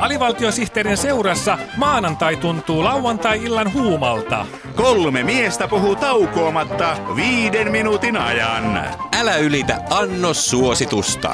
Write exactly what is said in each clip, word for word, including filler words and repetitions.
Alivaltiosihteerin seurassa maanantai tuntuu lauantai-illan huumalta. Kolme miestä puhuu taukoamatta viiden minuutin ajan. Älä ylitä annossuositusta.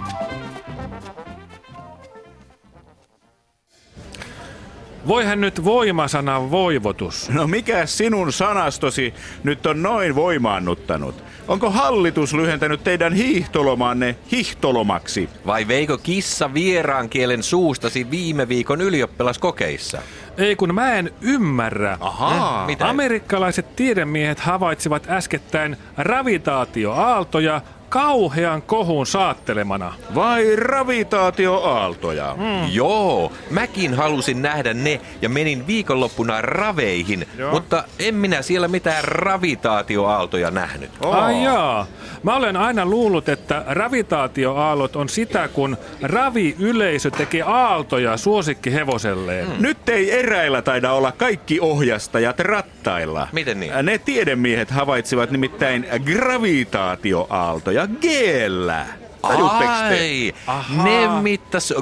Voihan nyt voimasanan voivotus. No mikä sinun sanastosi nyt on noin voimaannuttanut? Onko hallitus lyhentänyt teidän hiihtolomanne hiihtolomaksi? Vai veikö kissa vieraan kielen suustasi viime viikon ylioppilaskokeissa? Ei kun mä en ymmärrä. Ahaa. Mitä? Amerikkalaiset tiedemiehet havaitsivat äskettäin ravitaatioaaltoja kauhean kohun saattelemana. Vai ravitaatioaaltoja? Mm. Joo, mäkin halusin nähdä ne ja menin viikonloppuna raveihin, Joo. mutta en minä siellä mitään ravitaatioaaltoja nähnyt. Oh. Ai jaa. Mä olen aina luullut, että ravitaatioaallot on sitä, kun raviyleisö tekee aaltoja suosikkihevoselleen. Mm. Nyt ei eräillä taida olla kaikki ohjastajat rattailla. Miten niin? Ne tiedemiehet havaitsivat nimittäin gravitaatioaaltoja geellä. Tajutteko te? Ai, ne mittas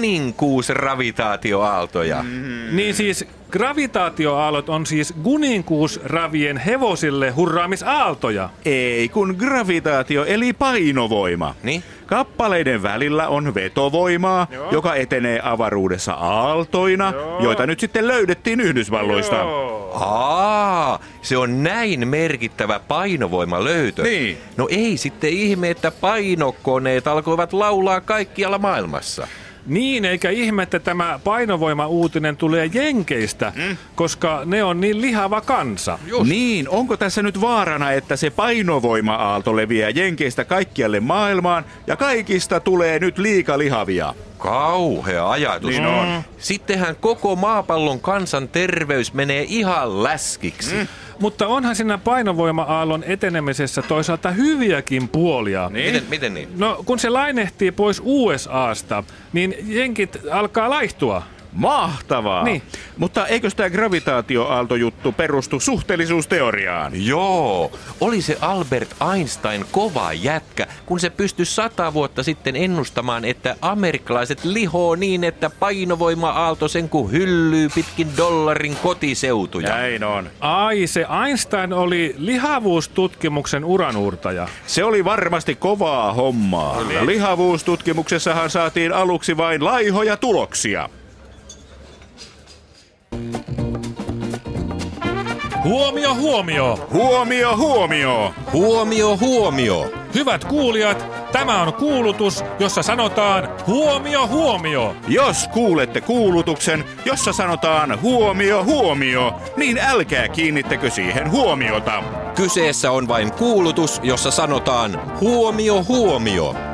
kuninkuusravitaatioaaltoja. Mm. Niin siis gravitaatioaallot on siis kuninkuusravien hevosille hurraamisaaltoja. Ei, kun gravitaatio eli painovoima. Niin? Kappaleiden välillä on vetovoimaa, Joo. joka etenee avaruudessa aaltoina, Joo. joita nyt sitten löydettiin Yhdysvalloista. Joo. Aa, se on näin merkittävä painovoimalöytö. Niin. No ei sitten ihme, että painokoneet alkoivat laulaa kaikkialla maailmassa. Niin, eikä ihme, että tämä painovoima-uutinen tulee Jenkeistä, mm. koska ne on niin lihava kansa. Just. Niin, onko tässä nyt vaarana, että se painovoima-aalto leviää Jenkeistä kaikkialle maailmaan ja kaikista tulee nyt liika lihavia? Kauhea ajatus. Niin on. Sittenhän koko maapallon kansan terveys menee ihan läskiksi. Mm. Mutta onhan siinä painovoima-aallon etenemisessä toisaalta hyviäkin puolia. Niin? Miten, miten niin? No, kun se lainehtii pois U S A:sta, niin jenkit alkaa laihtua. Mahtavaa! Niin. Mutta eikö tämä gravitaatioaaltojuttu perustu suhteellisuusteoriaan? Joo, oli se Albert Einstein kova jätkä, kun se pystyi sata vuotta sitten ennustamaan, että amerikkalaiset lihoo niin, että painovoima-aalto sen kuin hyllyy pitkin dollarin kotiseutuja. Näin on. Ai, se Einstein oli lihavuustutkimuksen uranuurtaja. Se oli varmasti kovaa hommaa. Oli. Lihavuustutkimuksessahan saatiin aluksi vain laihoja tuloksia. Huomio, huomio! Huomio, huomio! Huomio, huomio! Hyvät kuulijat, tämä on kuulutus, jossa sanotaan huomio, huomio! Jos kuulette kuulutuksen, jossa sanotaan huomio, huomio, niin älkää kiinnittäkö siihen huomiota. Kyseessä on vain kuulutus, jossa sanotaan huomio, huomio.